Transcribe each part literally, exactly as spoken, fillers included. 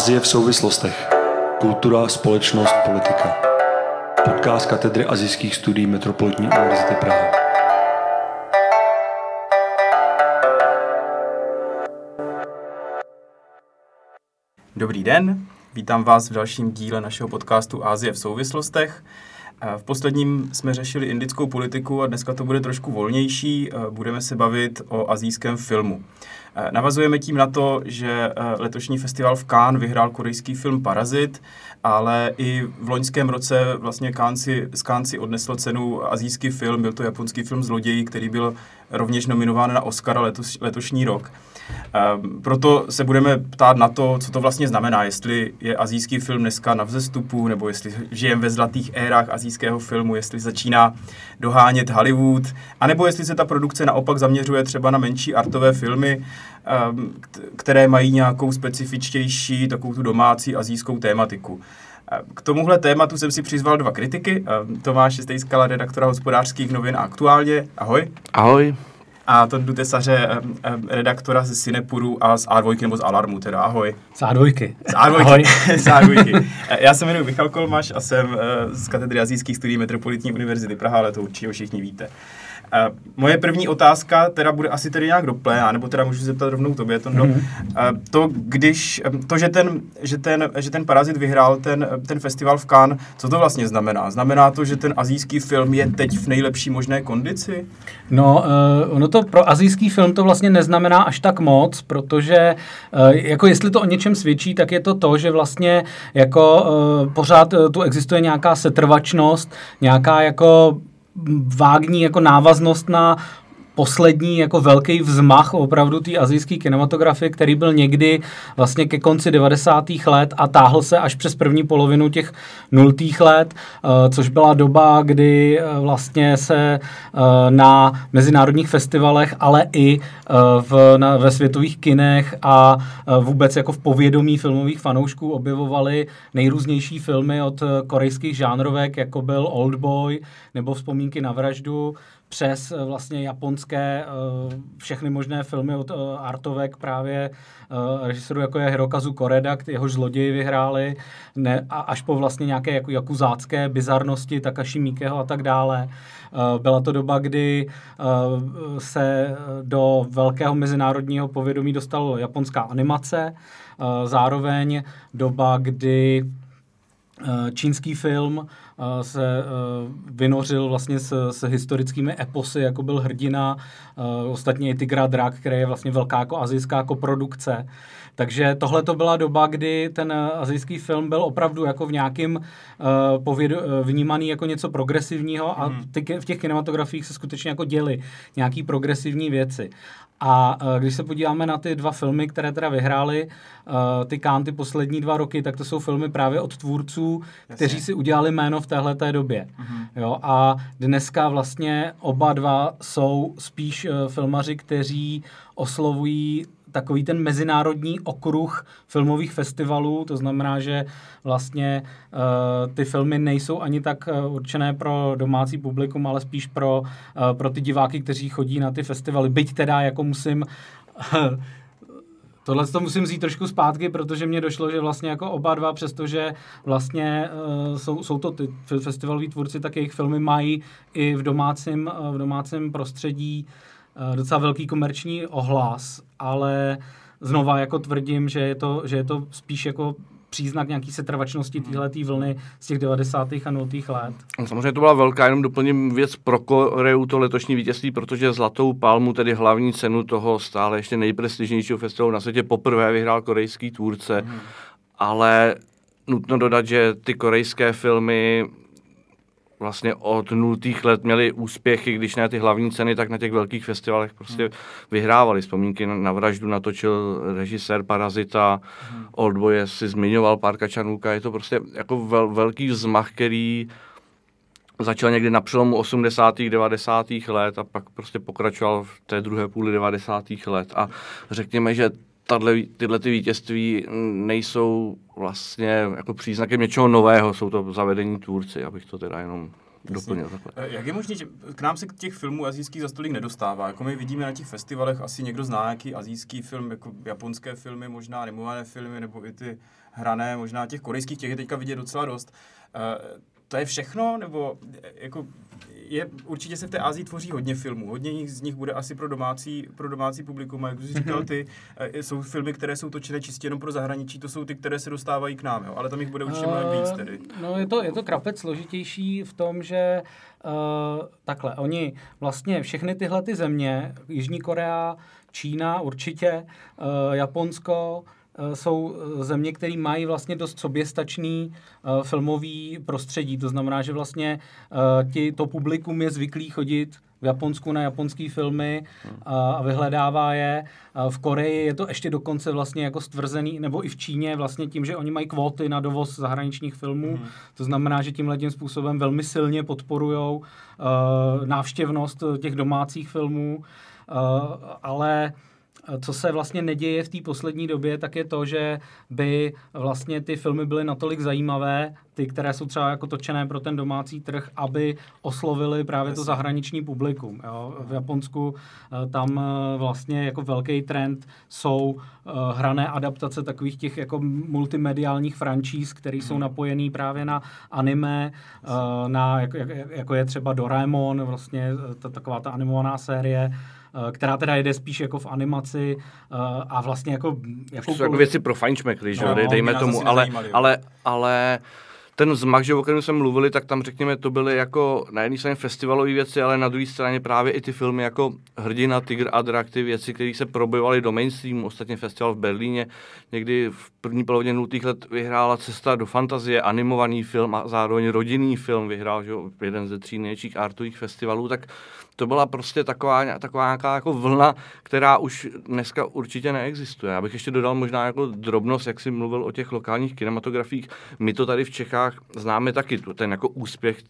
Asie v souvislostech. Kultura, společnost, politika. Podcast katedry asijských studií Metropolitní univerzity Praha. Dobrý den, vítám vás v dalším díle našeho podcastu Asie v souvislostech. V posledním jsme řešili indickou politiku a dneska to bude trošku volnější. Budeme se bavit o asijském filmu. Navazujeme tím na to, že letošní festival v Cannes vyhrál korejský film Parazit, ale i v loňském roce vlastně Cannes z Cannes si odnesl cenu asijský film, byl to japonský film Zloději, který byl rovněž nominován na Oscara letos, letošní rok. Proto se budeme ptát na to, co to vlastně znamená, jestli je asijský film dneska na vzestupu, nebo jestli žijeme ve zlatých érách asijského filmu, jestli začíná dohánět Hollywood, anebo jestli se ta produkce naopak zaměřuje třeba na menší artové filmy, které mají nějakou specifičtější, takovou tu domácí asijskou tématiku. K tomuhle tématu jsem si přizval dva kritiky. Tomáše Stejskala, redaktora Hospodářských novin Aktuálně. Ahoj. Ahoj. A Tondu Tesaře, redaktora ze Cinepuru a z á dva, nebo z Alarmu, teda ahoj. Z á dva. Z á dva. Z á dva. Já se jmenuji Michal Kolmaš a jsem z katedry asijských studií Metropolitní univerzity Praha, ale to určitě všichni víte. Uh, moje první otázka teda bude asi tedy nějak do pléna, nebo teda můžu zeptat rovnou tobě, Tondo. Mm-hmm. Uh, to, když, to, že ten, že ten, že ten Parazit vyhrál ten, ten festival v Cannes, co to vlastně znamená? Znamená to, že ten asijský film je teď v nejlepší možné kondici? No, uh, ono to pro asijský film to vlastně neznamená až tak moc, protože uh, jako jestli to o něčem svědčí, tak je to to, že vlastně jako uh, pořád uh, tu existuje nějaká setrvačnost, nějaká jako vágní jako návaznost na poslední jako velký vzmach opravdu té asijské kinematografie, který byl někdy vlastně ke konci devadesátých let a táhl se až přes první polovinu těch nultých let, což byla doba, kdy vlastně se na mezinárodních festivalech, ale i v, na, ve světových kinech a vůbec jako v povědomí filmových fanoušků objevovaly nejrůznější filmy od korejských žánrovek, jako byl Oldboy nebo Vzpomínky na vraždu, přes vlastně japonské všechny možné filmy od artovek právě režiserů, jako je Hirokazu Koreda, jehož Zloději vyhráli, ne, a až po vlastně nějaké jako jakuzácké bizarnosti Takashi Miikeho a tak dále. Byla to doba, kdy se do velkého mezinárodního povědomí dostala japonská animace, zároveň doba, kdy čínský film se vynořil vlastně s, s historickými eposy, jako byl Hrdina, ostatně i Tygra drak, který je vlastně velká jako asijská koprodukce. Takže tohle to byla doba, kdy ten asijský film byl opravdu jako v nějakým uh, povědu, uh, vnímaný jako něco progresivního a ty, v těch kinematografiích se skutečně jako děly nějaký progresivní věci. A uh, když se podíváme na ty dva filmy, které teda vyhrály uh, ty Cannes ty poslední dva roky, tak to jsou filmy právě od tvůrců, Jasně. kteří si udělali jméno v téhleté době. Mm-hmm. Jo? A dneska vlastně oba dva jsou spíš uh, filmaři, kteří oslovují takový ten mezinárodní okruh filmových festivalů, to znamená, že vlastně uh, ty filmy nejsou ani tak uh, určené pro domácí publikum, ale spíš pro, uh, pro ty diváky, kteří chodí na ty festivaly. Byť teda jako musím... Tohle to musím vzít trošku zpátky, protože mně došlo, že vlastně jako oba dva, přestože vlastně uh, jsou, jsou to ty festivaloví tvůrci, tak jejich filmy mají i v domácím, uh, v domácím prostředí docela velký komerční ohlas, ale znova jako tvrdím, že je to, že je to spíš jako příznak nějaký setrvačnosti téhletý vlny z těch devadesátých a nultých let. Samozřejmě to byla velká, jenom doplním věc pro Koreu, to letošní vítězství, protože Zlatou palmu, tedy hlavní cenu toho stále ještě nejprestižnějšího festivalu na světě, poprvé vyhrál korejský tvůrce, hmm. ale nutno dodat, že ty korejské filmy vlastně od nultých let měli úspěchy, když ne ty hlavní ceny, tak na těch velkých festivalech prostě hmm. vyhrávali. Vzpomínky na, na vraždu natočil režisér Parazita, hmm. Oldboye si zmiňoval Parka Chan-wooka, je to prostě jako vel, velký vzmach, který začal někdy na přelomu osmdesátých devadesátých let a pak prostě pokračoval v té druhé půli devadesátých let. A řekněme, že tato, tyhle ty vítězství nejsou vlastně jako příznakem něčeho nového, jsou to zavedení tvůrci, abych to teda jenom doplnil. Takhle. Jak je možné, že k nám se těch filmů asijských za stolik nedostává? Jako my vidíme na těch festivalech, asi někdo zná nějaký asijský film, jako japonské filmy, možná animované filmy, nebo i ty hrané, možná těch korejských, těch je teďka vidět docela dost. To je všechno, nebo jako je, určitě se v té Asii tvoří hodně filmů, hodně z nich bude asi pro domácí, pro domácí publikum, a jak jsi říkal ty, jsou filmy, které jsou točené čistě jenom pro zahraničí, to jsou ty, které se dostávají k nám, jo? Ale tam jich bude určitě mnohem víc tedy. No je to, je to krapec složitější v tom, že uh, takhle, oni vlastně všechny tyhle ty země, Jižní Korea, Čína určitě, uh, Japonsko, jsou země, které mají vlastně dost soběstačný uh, filmový prostředí. To znamená, že vlastně uh, ti, to publikum je zvyklý chodit v Japonsku na japonský filmy uh, a vyhledává je. Uh, v Koreji je to ještě dokonce vlastně jako stvrzený, nebo i v Číně vlastně tím, že oni mají kvóty na dovoz zahraničních filmů. Mm. To znamená, že tímhletím způsobem velmi silně podporujou uh, návštěvnost těch domácích filmů. Uh, ale co se vlastně neděje v té poslední době, tak je to, že by vlastně ty filmy byly natolik zajímavé, ty, které jsou třeba jako točené pro ten domácí trh, aby oslovili právě to zahraniční publikum. Jo. V Japonsku tam vlastně jako velký trend jsou hrané adaptace takových těch jako multimediálních franšíz, které jsou napojený právě na anime, na, jako, jako je třeba Doraemon, vlastně ta, taková ta animovaná série, která teda jde spíš jako v animaci a vlastně jako... Jako jsou jako věci pro fajnšmekry, že jo, no, dejme tomu, ale, ale, ale ten zmach, že o kterém jsme mluvili, tak tam řekněme, to byly jako na jedné straně festivalové věci, ale na druhé straně právě i ty filmy jako Hrdina, Tygr a Drak, ty věci, které se probojovaly do mainstreamu. Ostatně festival v Berlíně někdy v první polovině nultých let vyhrála Cesta do fantazie, animovaný film a zároveň rodinný film vyhrál, že jo, jeden ze tří největších artových festivalů, tak to byla prostě taková, taková nějaká jako vlna, která už dneska určitě neexistuje. Já bych ještě dodal možná jako drobnost, jak jsi mluvil o těch lokálních kinematografích. My to tady v Čechách známe taky, ten jako úspěch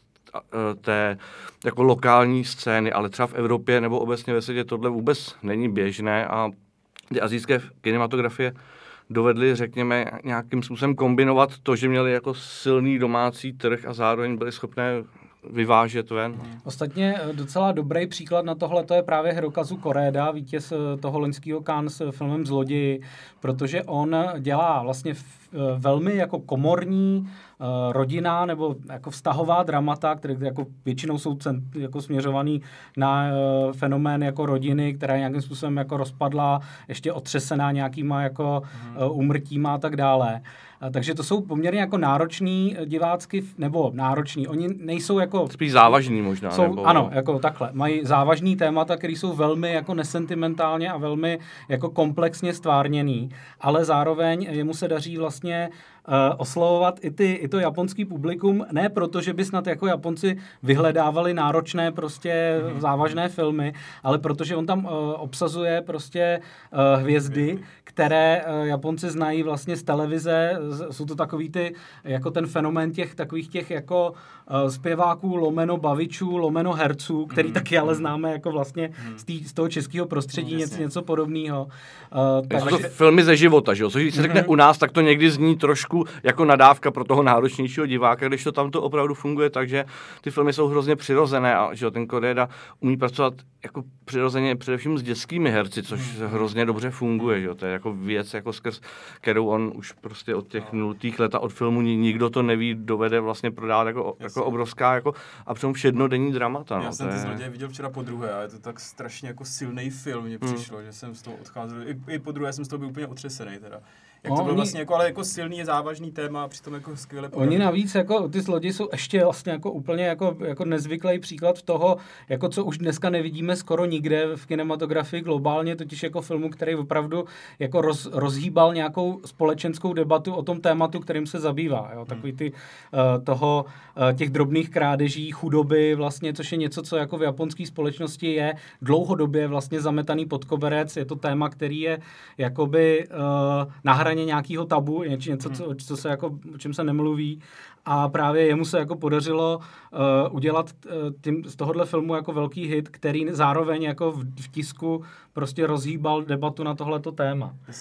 té jako lokální scény, ale třeba v Evropě nebo obecně ve světě tohle vůbec není běžné a ty asijské kinematografie dovedli, řekněme, nějakým způsobem kombinovat to, že měli jako silný domácí trh a zároveň byli schopné vyvážet ven. Ostatně docela dobrý příklad na tohle to je právě Hirokazu Koreeda, vítěz toho loňského Cannes s filmem Zloději, protože on dělá vlastně velmi jako komorní rodina nebo jako vztahová dramata, které jako většinou jsou cent, jako směřovaný na uh, fenomén jako rodiny, která je nějakým způsobem jako rozpadla, ještě otřesená nějakýma jako uh, úmrtíma a tak dále. Uh, takže to jsou poměrně jako náročný divácky, nebo náročný. Oni nejsou jako... Spíš závažný možná. Jsou, nebo... Ano, jako takhle. Mají závažný témata, které jsou velmi jako nesentimentálně a velmi jako komplexně stvárněný, ale zároveň jemu se daří vlastně uh, oslovovat i, ty, i to japonský publikum, ne proto, že by snad jako Japonci vyhledávali náročné prostě mm. závažné filmy, ale protože on tam uh, obsazuje prostě uh, hvězdy, které uh, Japonci znají vlastně z televize, z, jsou to takový ty, jako ten fenomén těch takových těch jako uh, zpěváků, lomeno bavičů, lomeno herců, který mm. taky ale známe jako vlastně mm. z, tý, z toho českého prostředí, mm, něco, něco podobného. Uh, takže... To filmy ze života, že jo? Což když se řekne mm. u nás, tak to někdy zní trošku jako nadávka pro toho náročnějšího diváka, když to tam to opravdu funguje, takže ty filmy jsou hrozně přirozené a že jo, ten Koreeda umí pracovat jako přirozeně především s dětskými herci, což mm. hrozně dobře funguje, že jo? To je jako věc, jako skrz kterou on už prostě od těch nultých let a od filmu nikdo to neví, dovede vlastně prodávat jako, jako obrovská jako a přitom všednodenní dramata. No, Já jsem ty je... Zloděje viděl včera po druhé a je to tak strašně jako silný film, mně přišlo, mm. že jsem z toho odcházel, i, i po druhé jsem z toho byl úplně otřesený teda. Jak to bylo vlastně jako, ale jako silný je závažný téma a přitom jako skvěle podaný. Oni navíc jako ty Zloději jsou ještě vlastně jako úplně jako, jako nezvyklý příklad toho, jako co už dneska nevidíme skoro nikde v kinematografii globálně, totiž jako filmu, který opravdu jako roz, rozhýbal nějakou společenskou debatu o tom tématu, kterým se zabývá. Jo? Takový ty uh, toho, uh, těch drobných krádeží, chudoby vlastně, což je něco, co jako v japonské společnosti je dlouhodobě vlastně zametaný pod koberec. Je to téma, který je jakoby uh, na hraně nějakého tabu, něco, co, co se jako, o čem se nemluví. A právě jemu se jako podařilo uh, udělat uh, tím, z tohohle filmu jako velký hit, který zároveň jako v, v tisku prostě rozhýbal debatu na tohleto téma. Jasně.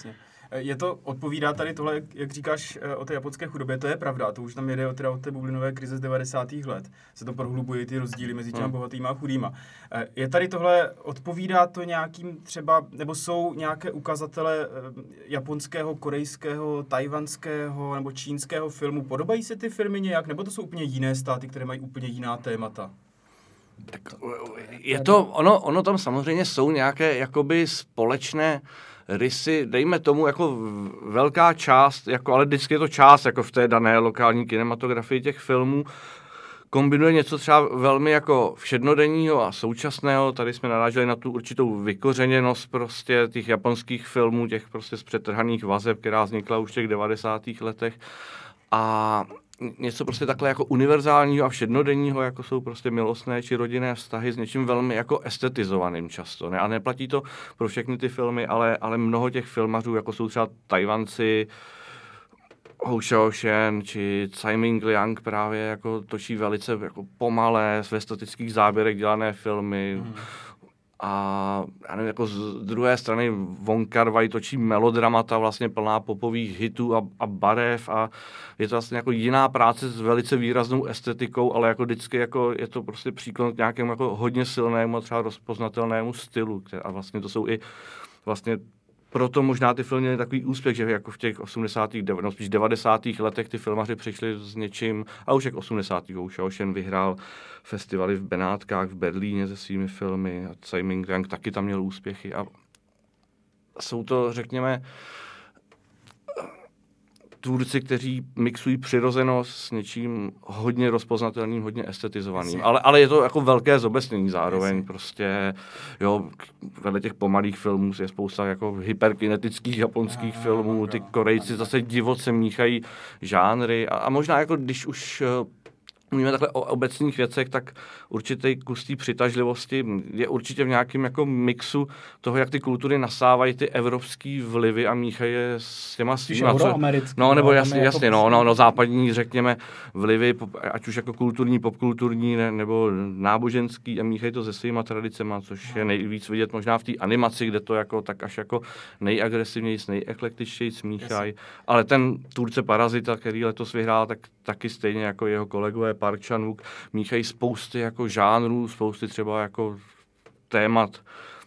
Je to, odpovídá tady tohle, jak, jak říkáš o té japonské chudobě, to je pravda, to už tam jede teda od té bublinové krize z devadesátých let. Se to prohlubuje ty rozdíly mezi těma bohatýma a chudýma. Je tady tohle, odpovídá to nějakým třeba, nebo jsou nějaké ukazatele japonského, korejského, tajvanského nebo čínského filmu? Podobají se ty filmy nějak, nebo to jsou úplně jiné státy, které mají úplně jiná témata? Tak je to, ono, ono tam samozřejmě jsou nějaké jakoby společné rysy, dejme tomu jako velká část, jako, ale vždycky je to část jako v té dané lokální kinematografii těch filmů, kombinuje něco třeba velmi jako všednodenního a současného. Tady jsme naráželi na tu určitou vykořeněnost prostě těch japonských filmů, těch prostě zpřetrhaných vazeb, která vznikla už v těch devadesátých letech. A něco prostě takhle jako univerzálního a všednodenního, jako jsou prostě milostné či rodinné vztahy s něčím velmi jako estetizovaným často. Ne? A neplatí to pro všechny ty filmy, ale, ale mnoho těch filmařů, jako jsou třeba Tajvanci, Hou Xiaoshen či Tsai Ming Liang právě jako točí velice jako pomalé, ve statických záběrech dělané filmy. Mm. A já nevím, jako z druhé strany Wong Kar-wai točí melodramata vlastně plná popových hitů a, a barev a je to vlastně jako jiná práce s velice výraznou estetikou, ale jako vždycky jako je to prostě příklon k nějakému jako hodně silnému a třeba rozpoznatelnému stylu. A vlastně to jsou i vlastně proto možná ty filmy měly takový úspěch, že jako v těch osmdesátých, no spíš devadesátých letech ty filmaři přišli s něčím, a už jak osmdesátých Hou Xiaoshen vyhrál festivaly v Benátkách, v Berlíně se svými filmy a Tsai Ming Liang taky tam měl úspěchy a jsou to, řekněme, tvůrci, kteří mixují přirozenost s něčím hodně rozpoznatelným, hodně estetizovaným. Ale, ale je to jako velké zobecnění zároveň. Jasně. Prostě, jo, vedle těch pomalých filmů je spousta jako hyperkinetických japonských ah, filmů. Ty Korejci zase divoce míchají žánry. A, a možná jako když už mluvíme takhle o obecných věcech, tak určitý kus té přitažlivosti je určitě v nějakém jako mixu toho, jak ty kultury nasávají ty evropský vlivy a míchají je s těma svými. No, nebo jasně, jako jasně no, no, no, západní, řekněme, vlivy, ať už jako kulturní, popkulturní, ne, nebo náboženský a míchají to se svýma tradicema, což je nejvíc vidět možná v té animaci, kde to jako tak až jako nejagresivněji, nejeklektičtěji míchají. Ale ten tvůrce Parazita, který letos vyhrál, tak taky stejně jako jeho kolegové Park Chan-wook míchají spousty jako žánrů, spousty třeba jako témat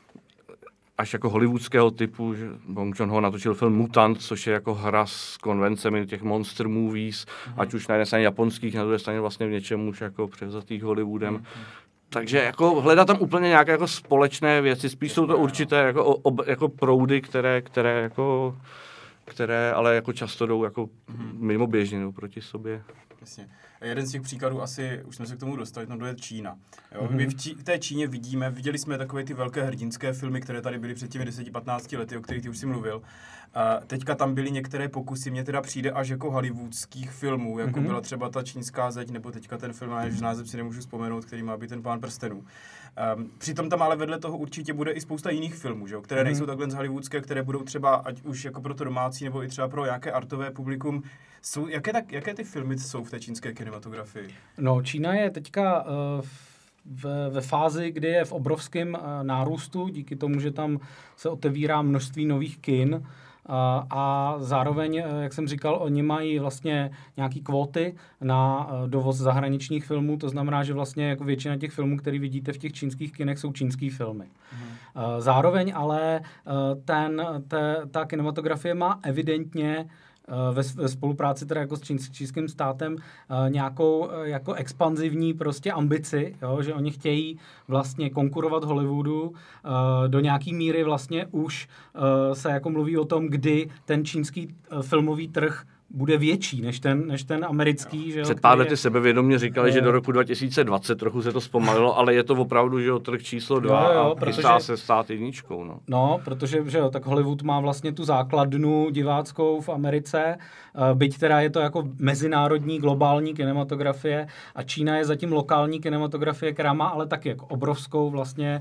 až jako hollywoodského typu, že Bong Joon-ho natočil film Mutant, což je jako hra s konvencemi těch monster movies, mm-hmm. ať už na jedné straně japonských, na druhé straně vlastně v něčem už jako převzatých Hollywoodem. Mm-hmm. Takže jako hledat tam úplně nějaké jako společné věci, spíš jsou to určité jako, ob, jako proudy, které, které jako které ale jako často jdou jako mm-hmm. mimo běžně nebo proti sobě. Jasně. Jeden z těch příkladů asi, už jsme se k tomu dostali, no to je Čína. Jo? Mm-hmm. My v, Čí, v té Číně vidíme, viděli jsme takové ty velké hrdinské filmy, které tady byly před těmi deset patnáct lety, o kterých ty už jsi mluvil. A teďka tam byly některé pokusy, mně teda přijde až jako hollywoodských filmů, jako mm-hmm. byla třeba ta Čínská zeď, nebo teďka ten film, až název si nemůžu vzpomenout, který má být ten Pán prstenů. Um, přitom tam ale vedle toho určitě bude i spousta jiných filmů, že? Které mm-hmm. nejsou takhle z hollywoodské, které budou třeba, ať už jako pro to domácí, nebo i třeba pro nějaké artové publikum. Jsou, jaké, tak, jaké ty filmy jsou v té čínské kinematografii? No, Čína je teďka uh, v, ve fázi, kdy je v obrovském uh, nárůstu, díky tomu, že tam se otevírá množství nových kin. Uh, a zároveň, uh, jak jsem říkal, oni mají vlastně nějaký kvóty na uh, dovoz zahraničních filmů, to znamená, že vlastně jako většina těch filmů, které vidíte v těch čínských kinech, jsou čínský filmy. Mm. Uh, zároveň ale uh, ten, te, ta kinematografie má evidentně Ve, ve spolupráci teda jako s čín, čínským státem uh, nějakou uh, jako expanzivní prostě ambici, jo, že oni chtějí vlastně konkurovat Hollywoodu, uh, do nějaký míry vlastně už uh, se jako mluví o tom, kdy ten čínský uh, filmový trh bude větší než ten, než ten americký. Že jo, před pár lety je... sebevědomě říkali, je... že do roku dva tisíce dvacet trochu se to zpomalilo, ale je to opravdu, že jo, trh číslo dva jo, jo, a protože... chystá se stát jedničkou. No, no protože že jo, tak Hollywood má vlastně tu základnu diváckou v Americe, byť teda je to jako mezinárodní, globální kinematografie a Čína je zatím lokální kinematografie, která má ale taky jako obrovskou vlastně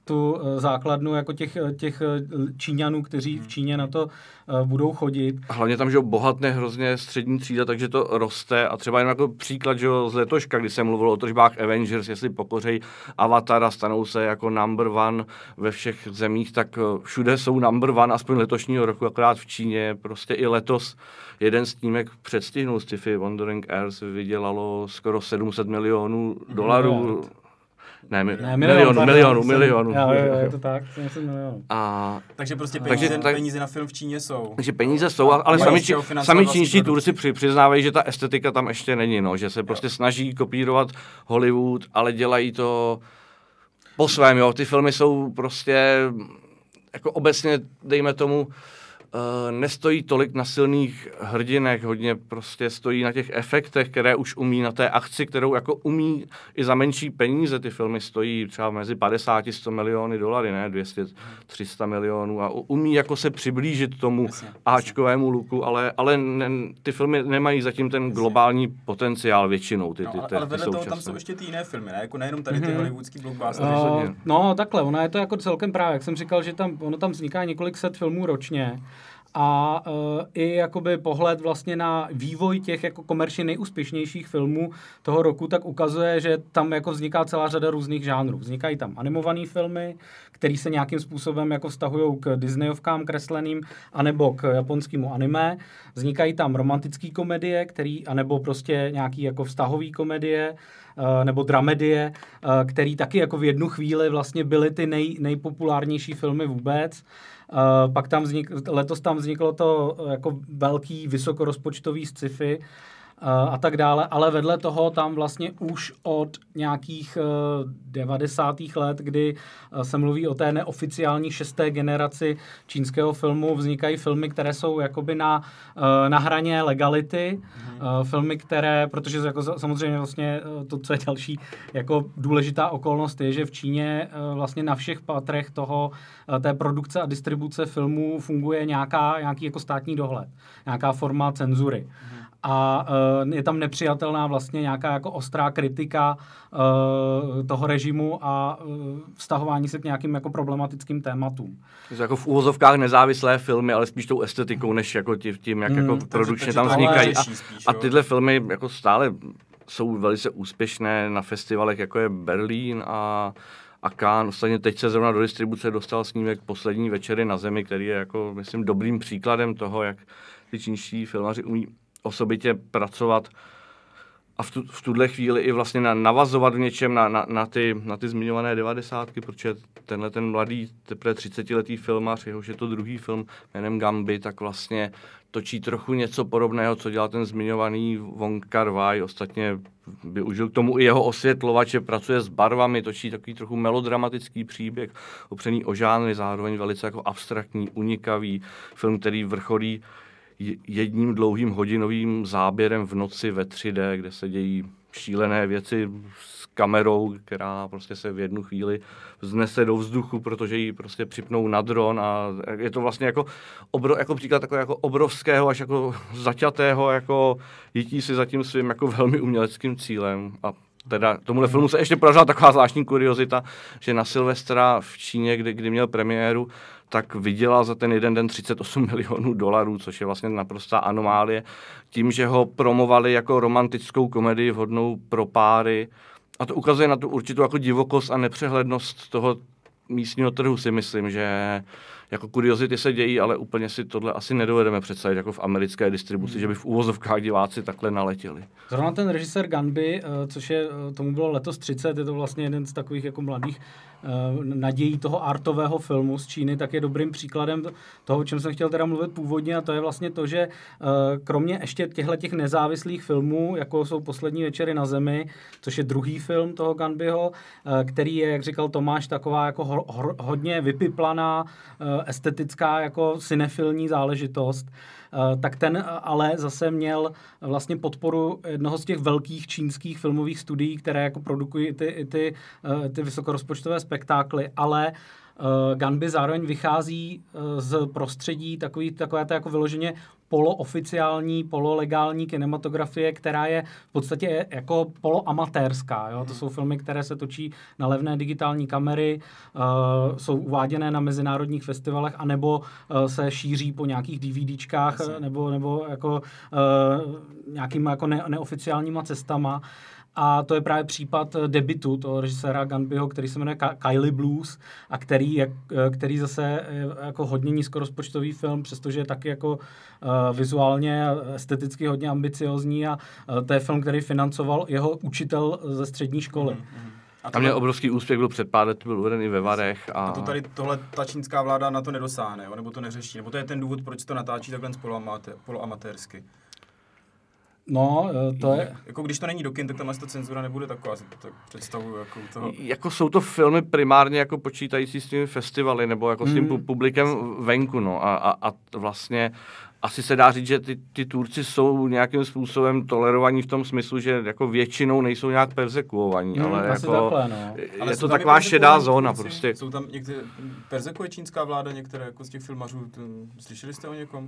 tu základnu jako těch, těch Číňanů, kteří v Číně na to budou chodit. A hlavně tam, že bohatne hrozně střední třída, takže to roste a třeba jen jako příklad, že z letoška, kdy se mluvilo o tržbách Avengers, jestli pokořejí Avatara, stanou se jako number one ve všech zemích, tak všude jsou number one, aspoň letošního roku, akorát v Číně, prostě i letos jeden snímek předstihnul sci-fi Wandering Earth, vydělalo skoro sedm set milionů dolarů. Ne, mi, ne, milionu, milionu, milionu. Jo, jo, je to tak, milionu. A takže prostě peníze, takže, tak, peníze na film v Číně jsou. Takže peníze jsou, ale sami, či, sami čínští tvůrci při, přiznávají, že ta estetika tam ještě není, no, že se prostě snaží kopírovat Hollywood, ale dělají to po svém, jo. Ty filmy jsou prostě, jako obecně, dejme tomu, Uh, nestojí tolik na silných hrdinech, hodně prostě stojí na těch efektech, které už umí, na té akci, kterou jako umí i za menší peníze. Ty filmy stojí třeba mezi padesát až sto miliony dolary, ne, dvě stě tři sta milionů a umí jako se přiblížit tomu jasně, áčkovému luku, ale, ale ne, ty filmy nemají zatím ten jasně. globální potenciál většinou. Ty, ty, no, ty, ale vedle ty toho tam jsou ještě ty jiné filmy, ne? Jako nejenom tady ty mm-hmm. hollywoodský blockbustery. Uh, no takhle, ono je to jako celkem právě, jak jsem říkal, že tam, ono tam vzniká několik set filmů ročně. A uh, i jakoby pohled vlastně na vývoj těch jako komerčně nejúspěšnějších filmů toho roku, tak ukazuje, že tam jako vzniká celá řada různých žánrů. Vznikají tam animované filmy, které se nějakým způsobem jako vztahují k Disneyovkám kresleným, anebo k japonskému anime. Vznikají tam romantické komedie, který, anebo prostě nějaký jako vztahové komedie, uh, nebo dramedie, uh, který taky jako v jednu chvíli vlastně byly ty nej, nejpopulárnější filmy vůbec. Uh, pak tam vznik, letos tam vzniklo to uh, jako velký vysokorozpočtový sci-fi uh, a tak dále, ale vedle toho tam vlastně už od nějakých uh, devadesátých let, kdy uh, se mluví o té neoficiální šesté generaci čínského filmu, vznikají filmy, které jsou jakoby na, uh, na hraně legality, mm. uh, filmy, které, protože jako samozřejmě vlastně uh, to, co je další jako důležitá okolnost, je, že v Číně uh, vlastně na všech patrech toho uh, té produkce a distribuce filmů funguje nějaká, nějaký jako státní dohled, nějaká forma cenzury. Mm. A uh, je tam nepřijatelná vlastně nějaká jako ostrá kritika uh, toho režimu a uh, vztahování se k nějakým jako problematickým tématům. To jako v úvozovkách nezávislé filmy, ale spíš tou estetikou, než jako tím, tím jak mm, jako produkčně tam vznikají. A, a tyhle filmy jako stále jsou velice úspěšné na festivalech, jako je Berlín a a Cannes. Ostatně teď se zrovna do distribuce dostal snímek Poslední večery na zemi, který je jako, myslím, dobrým příkladem toho, jak ty čínští filmaři umí osobitě pracovat a v, tu, v tuhle chvíli i vlastně na, navazovat v něčem na, na, na, ty, na ty zmiňované devadesátky, protože tenhle ten mladý, teprve třicetiletý filmař, jehož je to druhý film jménem Gambi, tak vlastně točí trochu něco podobného, co dělal ten zmiňovaný Wong Kar-wai. Ostatně využil k tomu i jeho osvětlovače, pracuje s barvami, točí takový trochu melodramatický příběh, opřený o žánry, zároveň velice jako abstraktní, unikavý film, který vrcholí jedním dlouhým hodinovým záběrem v noci ve tři dé, kde se dějí šílené věci s kamerou, která prostě se v jednu chvíli vznese do vzduchu, protože ji prostě připnou na dron a je to vlastně jako, obro, jako příklad takového jako obrovského až jako zaťatého, jako jítí si za tím svým jako velmi uměleckým cílem. A teda tomuhle filmu se ještě podařila taková zvláštní kuriozita, že na Silvestra v Číně, kdy, kdy měl premiéru, tak vydělal za ten jeden den třicet osm milionů dolarů, což je vlastně naprostá anomálie, tím, že ho promovali jako romantickou komedii vhodnou pro páry. A to ukazuje na tu určitou jako divokost a nepřehlednost toho místního trhu, si myslím, že jako kuriozity se dějí, ale úplně si tohle asi nedovedeme představit jako v americké distribuci, hmm. že by v úvozovkách diváci takhle naletěli. Zrovna ten režisér Ganbi, což je, tomu bylo letos třicet, je to vlastně jeden z takových jako mladých nadějí toho artového filmu z Číny, tak je dobrým příkladem toho, o čem jsem chtěl teda mluvit původně, a to je vlastně to, že kromě ještě těchto nezávislých filmů, jako jsou Poslední večery na zemi, což je druhý film toho Ganbiho, který je, jak říkal Tomáš, taková jako ho, ho, hodně vypiplaná, estetická jako cinefilní záležitost, tak ten ale zase měl vlastně podporu jednoho z těch velkých čínských filmových studií, které jako produkují ty, ty, ty vysokorozpočtové spektákly, ale uh, Gunby zároveň vychází uh, z prostředí takový, takové to jako vyloženě polooficiální, pololegální kinematografie, která je v podstatě jako poloamatérská. Jo? To jsou filmy, které se točí na levné digitální kamery, uh, jsou uváděné na mezinárodních festivalech, anebo uh, se šíří po nějakých DVDčkách, nebo, nebo jako uh, nějakýma jako ne, neoficiálníma cestama. A to je právě případ debutu toho režiséra Gunbyho, který se jmenuje Kylie Blues a který, jak, který zase je jako hodně nízkorozpočtový film, přestože je taky jako uh, vizuálně, esteticky hodně ambiciozní a uh, to je film, který financoval jeho učitel ze střední školy. Mm-hmm. A tam měl obrovský úspěch, byl před pár let, byl uveden i ve Varech. A... a to tady tohle ta čínská vláda na to nedosáhne, jo? Nebo to neřeší, nebo to je ten důvod, proč to natáčí takhle poloamatérsky. No, to je... Jako když to není do kin, tak tam asi ta cenzura nebude taková, si to představuju jako toho... Jako jsou to filmy primárně jako počítající s těmi festivaly, nebo jako s tím mm. publikem venku, no. A, a, a vlastně asi se dá říct, že ty, ty Turci jsou nějakým způsobem tolerovaní v tom smyslu, že jako většinou nejsou nějak persekuovaní, mm, ale jako... Takhle, no. Je ale to taková šedá zóna Turci, prostě. Jsou tam některé... Perzekuje čínská vláda některé jako z těch filmařů, slyšeli jste o někom?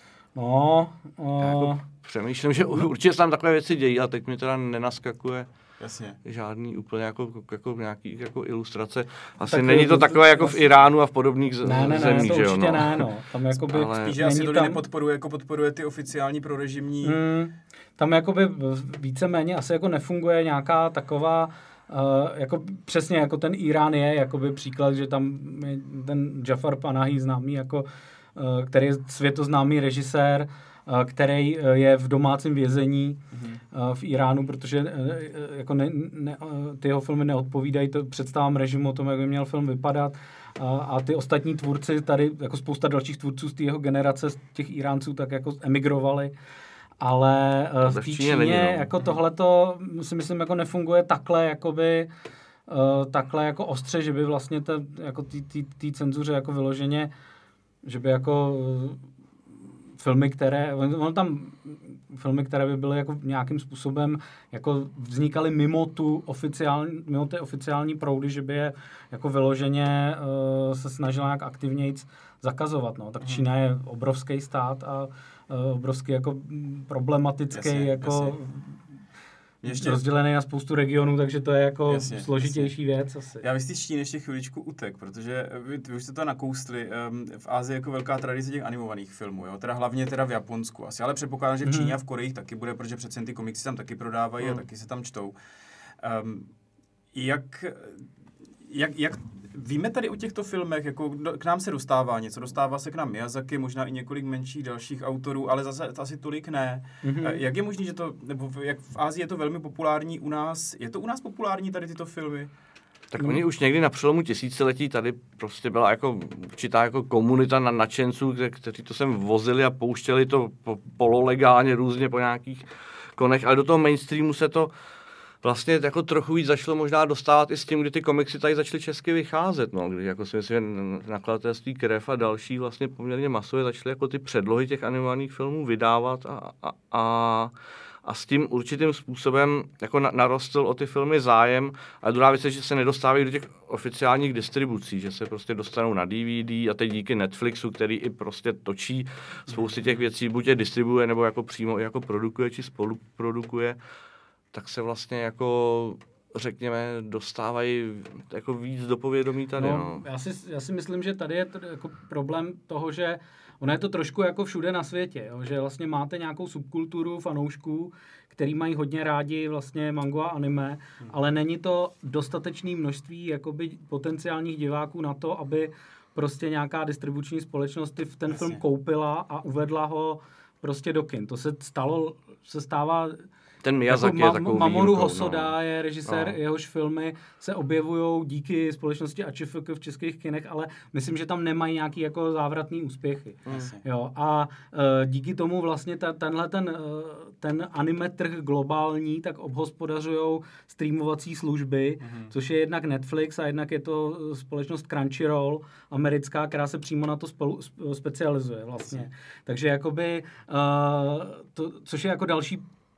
No, o... jako přemýšlím, že určitě se tam takové věci dějí, a teď mi teda nenaskakuje Jasně. žádný úplně jako, jako nějaký jako ilustrace. Asi tak není to takové jako v Iránu a v podobných z- ne, ne, zemích, ne, že jo? určitě ne, no. Tam jakoby... Ale... Spíš, že asi to tam... nepodporuje, jako podporuje ty oficiální prorežimní... Hmm, tam jakoby víceméně asi jako nefunguje nějaká taková... Uh, jako přesně jako ten Irán je jakoby příklad, že tam je ten Jafar Panahi známý jako, uh, který je světoznámý režisér, uh, který uh, je v domácím vězení mm-hmm. uh, v Iránu, protože uh, jako ne, ne, uh, ty jeho filmy neodpovídají to představám režimu o tom, jak by měl film vypadat. Uh, a ty ostatní tvůrci tady, jako spousta dalších tvůrců z té jeho generace, z těch Iránců, tak jako emigrovali. Ale uh, v té Číně, Číně no. jako tohleto si myslím jako nefunguje takhle jakoby uh, takhle jako ostře, že by vlastně ta, jako té cenzuře jako vyloženě, že by jako uh, filmy, které, ono tam filmy, které by byly jako nějakým způsobem jako vznikaly mimo tu oficiální, mimo ty oficiální proudy, že by je jako vyloženě uh, se snažila nějak aktivnějc zakazovat, no. Tak Čína je obrovský stát a uh, obrovský jako problematický, jasně, jako jasně. Ještě rozdělený na spoustu regionů, takže to je jako jasně, složitější jasně. věc asi. Já bych z té Číny ještě chviličku utek, protože vy, vy už jste to nakoustli. Um, v Asii jako velká tradice těch animovaných filmů, jo? Teda hlavně teda v Japonsku asi, ale předpokládám, že v Číně hmm. a v Koreji taky bude, protože přece ty komiksy tam taky prodávají hmm. a taky se tam čtou. Um, jak, jak, jak víme tady o těchto filmech, jako k nám se dostává něco, dostává se k nám Miyazaki, možná i několik menších dalších autorů, ale zase asi tolik ne. Mm-hmm. Jak je možné, že to, nebo jak v Asii je to velmi populární, u nás, je to u nás populární tady tyto filmy? Tak mm. oni už někdy na přelomu tisíciletí tady prostě byla jako určitá jako komunita na nadšenců, kteří to sem vozili a pouštěli to po, pololegálně různě po nějakých konech, ale do toho mainstreamu se to vlastně jako trochu víc začalo možná dostávat i s tím, kdy ty komiksy tady začaly česky vycházet, no, kdy jako si myslím, že nakladatelství Krev a další vlastně poměrně masově začaly jako ty předlohy těch animovaných filmů vydávat a, a, a, a s tím určitým způsobem jako na, narostl o ty filmy zájem, a druhá věc je, že se nedostávají do těch oficiálních distribucí, že se prostě dostanou na D V D a teď díky Netflixu, který i prostě točí spousty těch věcí, buď je distribuje, nebo jako přímo jako produkuje, či spoluprodukuje, tak se vlastně jako, řekněme, dostávají jako víc do povědomí tady. No, no. Já, si, já si myslím, že tady je to jako problém toho, že ono je to trošku jako všude na světě, jo? Že vlastně máte nějakou subkulturu fanoušků, který mají hodně rádi vlastně mango a anime, hmm. ale není to dostatečné množství jakoby potenciálních diváků na to, aby prostě nějaká distribuční společnost ten Jasně. film koupila a uvedla ho prostě do kin. To se stalo, se stává... Ten Miyazaki jako ma- je takovou Mamoru výjimkou, Hosoda no. je režisér, no. jehož filmy se objevují díky společnosti A Č F K v českých kinech, ale myslím, že tam nemají nějaký jako závratný úspěchy. Mm. Jo, a uh, díky tomu vlastně ta, tenhle ten, uh, ten anime trh globální tak obhospodařujou streamovací služby, mm. což je jednak Netflix a jednak je to společnost Crunchyroll americká, která se přímo na to spolu, specializuje vlastně. Mm. Takže jakoby, uh, to, což je jako další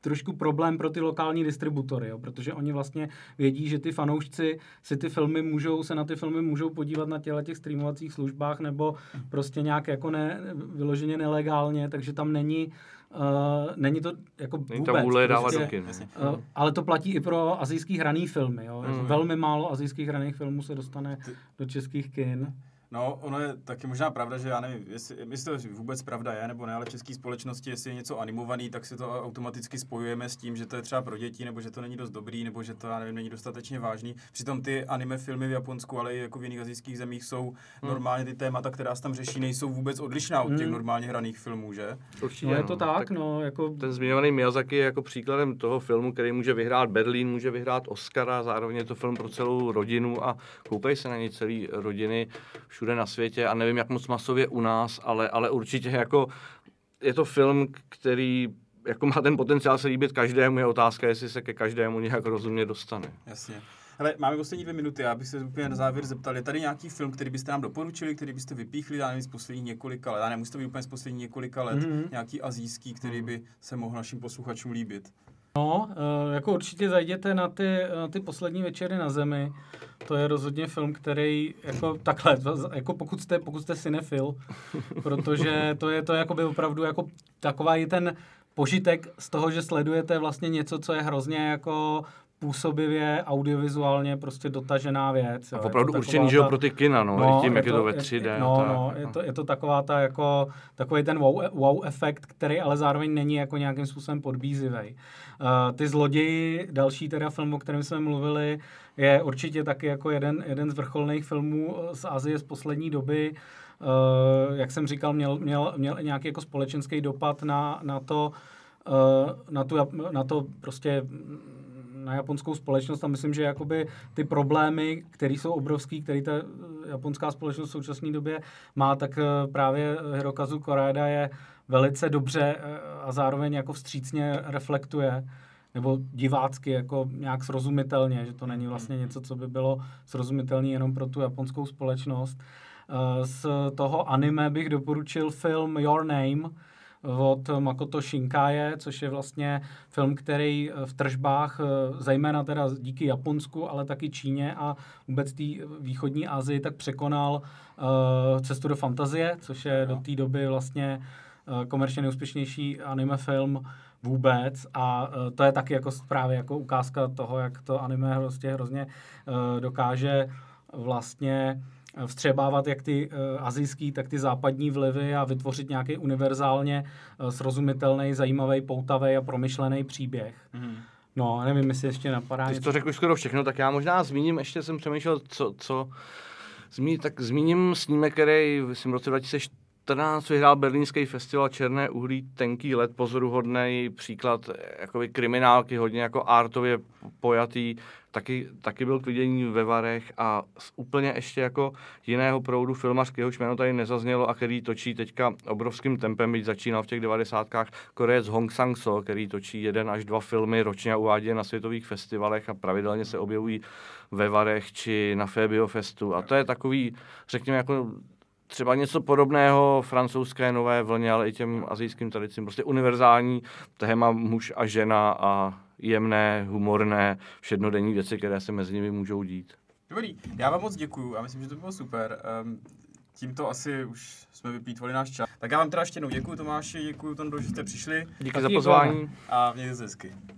trošku problém pro ty lokální distributory, jo, protože oni vlastně vědí, že ty fanoušci si ty filmy můžou, se na ty filmy můžou podívat na těchto těch streamovacích službách nebo prostě nějak jako ne, vyloženě nelegálně, takže tam není Uh, není to jako není vůbec. Ta vůle dávat prostě, do kin. Uh, ale to platí i pro asijský hraný filmy. Jo? Mm. Velmi málo asijských hraných filmů se dostane Ty... do českých kin. No, ono je taky možná pravda, že já nevím, jestli, jestli to vůbec pravda je, nebo ne, ale v české společnosti, jestli je něco animovaný, tak si to automaticky spojujeme s tím, že to je třeba pro děti, nebo že to není dost dobrý, nebo že to, já nevím, není dostatečně vážný. Přitom ty anime filmy v Japonsku, ale i jako v jiných asijských zemích jsou hmm. normálně ty témata, která se tam řeší, nejsou vůbec odlišná od těch hmm. normálně hraných filmů, že? Určitě, no, je to no. tak, tak no, jako... Ten zmiňovaný Miyazaki je jako příkladem toho filmu, který může vyhrát Berlín, může vyhrát Oscara, zároveň je to film pro celou rodinu a koukají se na něj celý rodiny všude na světě. A nevím, jak moc masově u nás, ale, ale určitě jako je to film, který jako má ten potenciál se líbit každému, je otázka, jestli se ke každému nějak rozumně dostane. Jasně. Hele, máme poslední dvě minuty, já bych se úplně na závěr zeptal, je tady nějaký film, který byste nám doporučili, který byste vypíchli, já nevím, z posledních několika let, já nemusí to být úplně z posledních několika let, mm-hmm. nějaký asijský, který by se mohl našim posluchačům líbit? No, jako určitě zajděte na ty, na ty poslední večery na zemi. To je rozhodně film, který jako takhle, jako pokud jste, pokud jste cinefil, protože to je to jakoby opravdu jako taková i ten požitek z toho, že sledujete vlastně něco, co je hrozně jako působivě, audiovizuálně prostě dotažená věc. A opravdu určený, že jo, pro ty kina, no, no i tím, je jak to, je to ve tři dé. No, tak, no, je to, je to taková ta jako, takový ten wow, wow efekt, který ale zároveň není jako nějakým způsobem podbízivej. Uh, ty Zloději, další teda film, o kterém jsme mluvili, je určitě taky jako jeden, jeden z vrcholných filmů z Asie z poslední doby. Uh, jak jsem říkal, měl, měl, měl nějaký jako společenský dopad na, na to, uh, na, tu, na to prostě na japonskou společnost a myslím, že jakoby ty problémy, které jsou obrovský, které ta japonská společnost v současné době má, tak právě Hirokazu Koreeda je velice dobře a zároveň jako vstřícně reflektuje, nebo divácky jako nějak srozumitelně, že to není vlastně něco, co by bylo srozumitelné jenom pro tu japonskou společnost. Z toho anime bych doporučil film Your Name od Makoto Shinkaje, což je vlastně film, který v tržbách, zejména teda díky Japonsku, ale taky Číně a vůbec té východní Asii, tak překonal uh, Cestu do fantazie, což je no. do té doby vlastně uh, komerčně nejúspěšnější anime film vůbec a uh, to je taky jako právě jako ukázka toho, jak to anime prostě hrozně uh, dokáže vlastně vstřebávat jak ty uh, asijský, tak ty západní vlivy a vytvořit nějaký univerzálně uh, srozumitelný, zajímavý, poutavý a promyšlený příběh. Mm. No, nevím, jestli ještě napadá. Když to řekl skoro všechno, tak já možná zmíním, ještě jsem přemýšlel, co, co zmíním, tak zmíním snímek, který v roce dva tisíce čtrnáct vyhrál berlínský festival Černé uhlí, tenký led, pozoruhodný příklad jakoby kriminálky, hodně jako artově pojatý, taky, taky byl k vidění ve Varech a z úplně ještě jako jiného proudu filmař, jehož jméno tady nezaznělo a který točí teďka obrovským tempem, byť začínal v těch devadesátkách, Korejec Hong Sang-so, který točí jeden až dva filmy ročně a uvádí je na světových festivalech a pravidelně se objevují ve Varech či na Febio Festu a to je takový, řekněme, jako třeba něco podobného francouzské nové vlně, ale i těm asijským tradicím. Prostě univerzální téma muž a žena a jemné, humorné, všednodenní věci, které se mezi nimi můžou dít. Dobrý, já vám moc děkuju, já myslím, že to bylo super. Um, tímto asi už jsme vyplýtvali náš čas. Tak já vám teda ještě jednou děkuju, Tomáši, děkuju, Tondo, že jste přišli. Díky za pozvání. A mějte se hezky.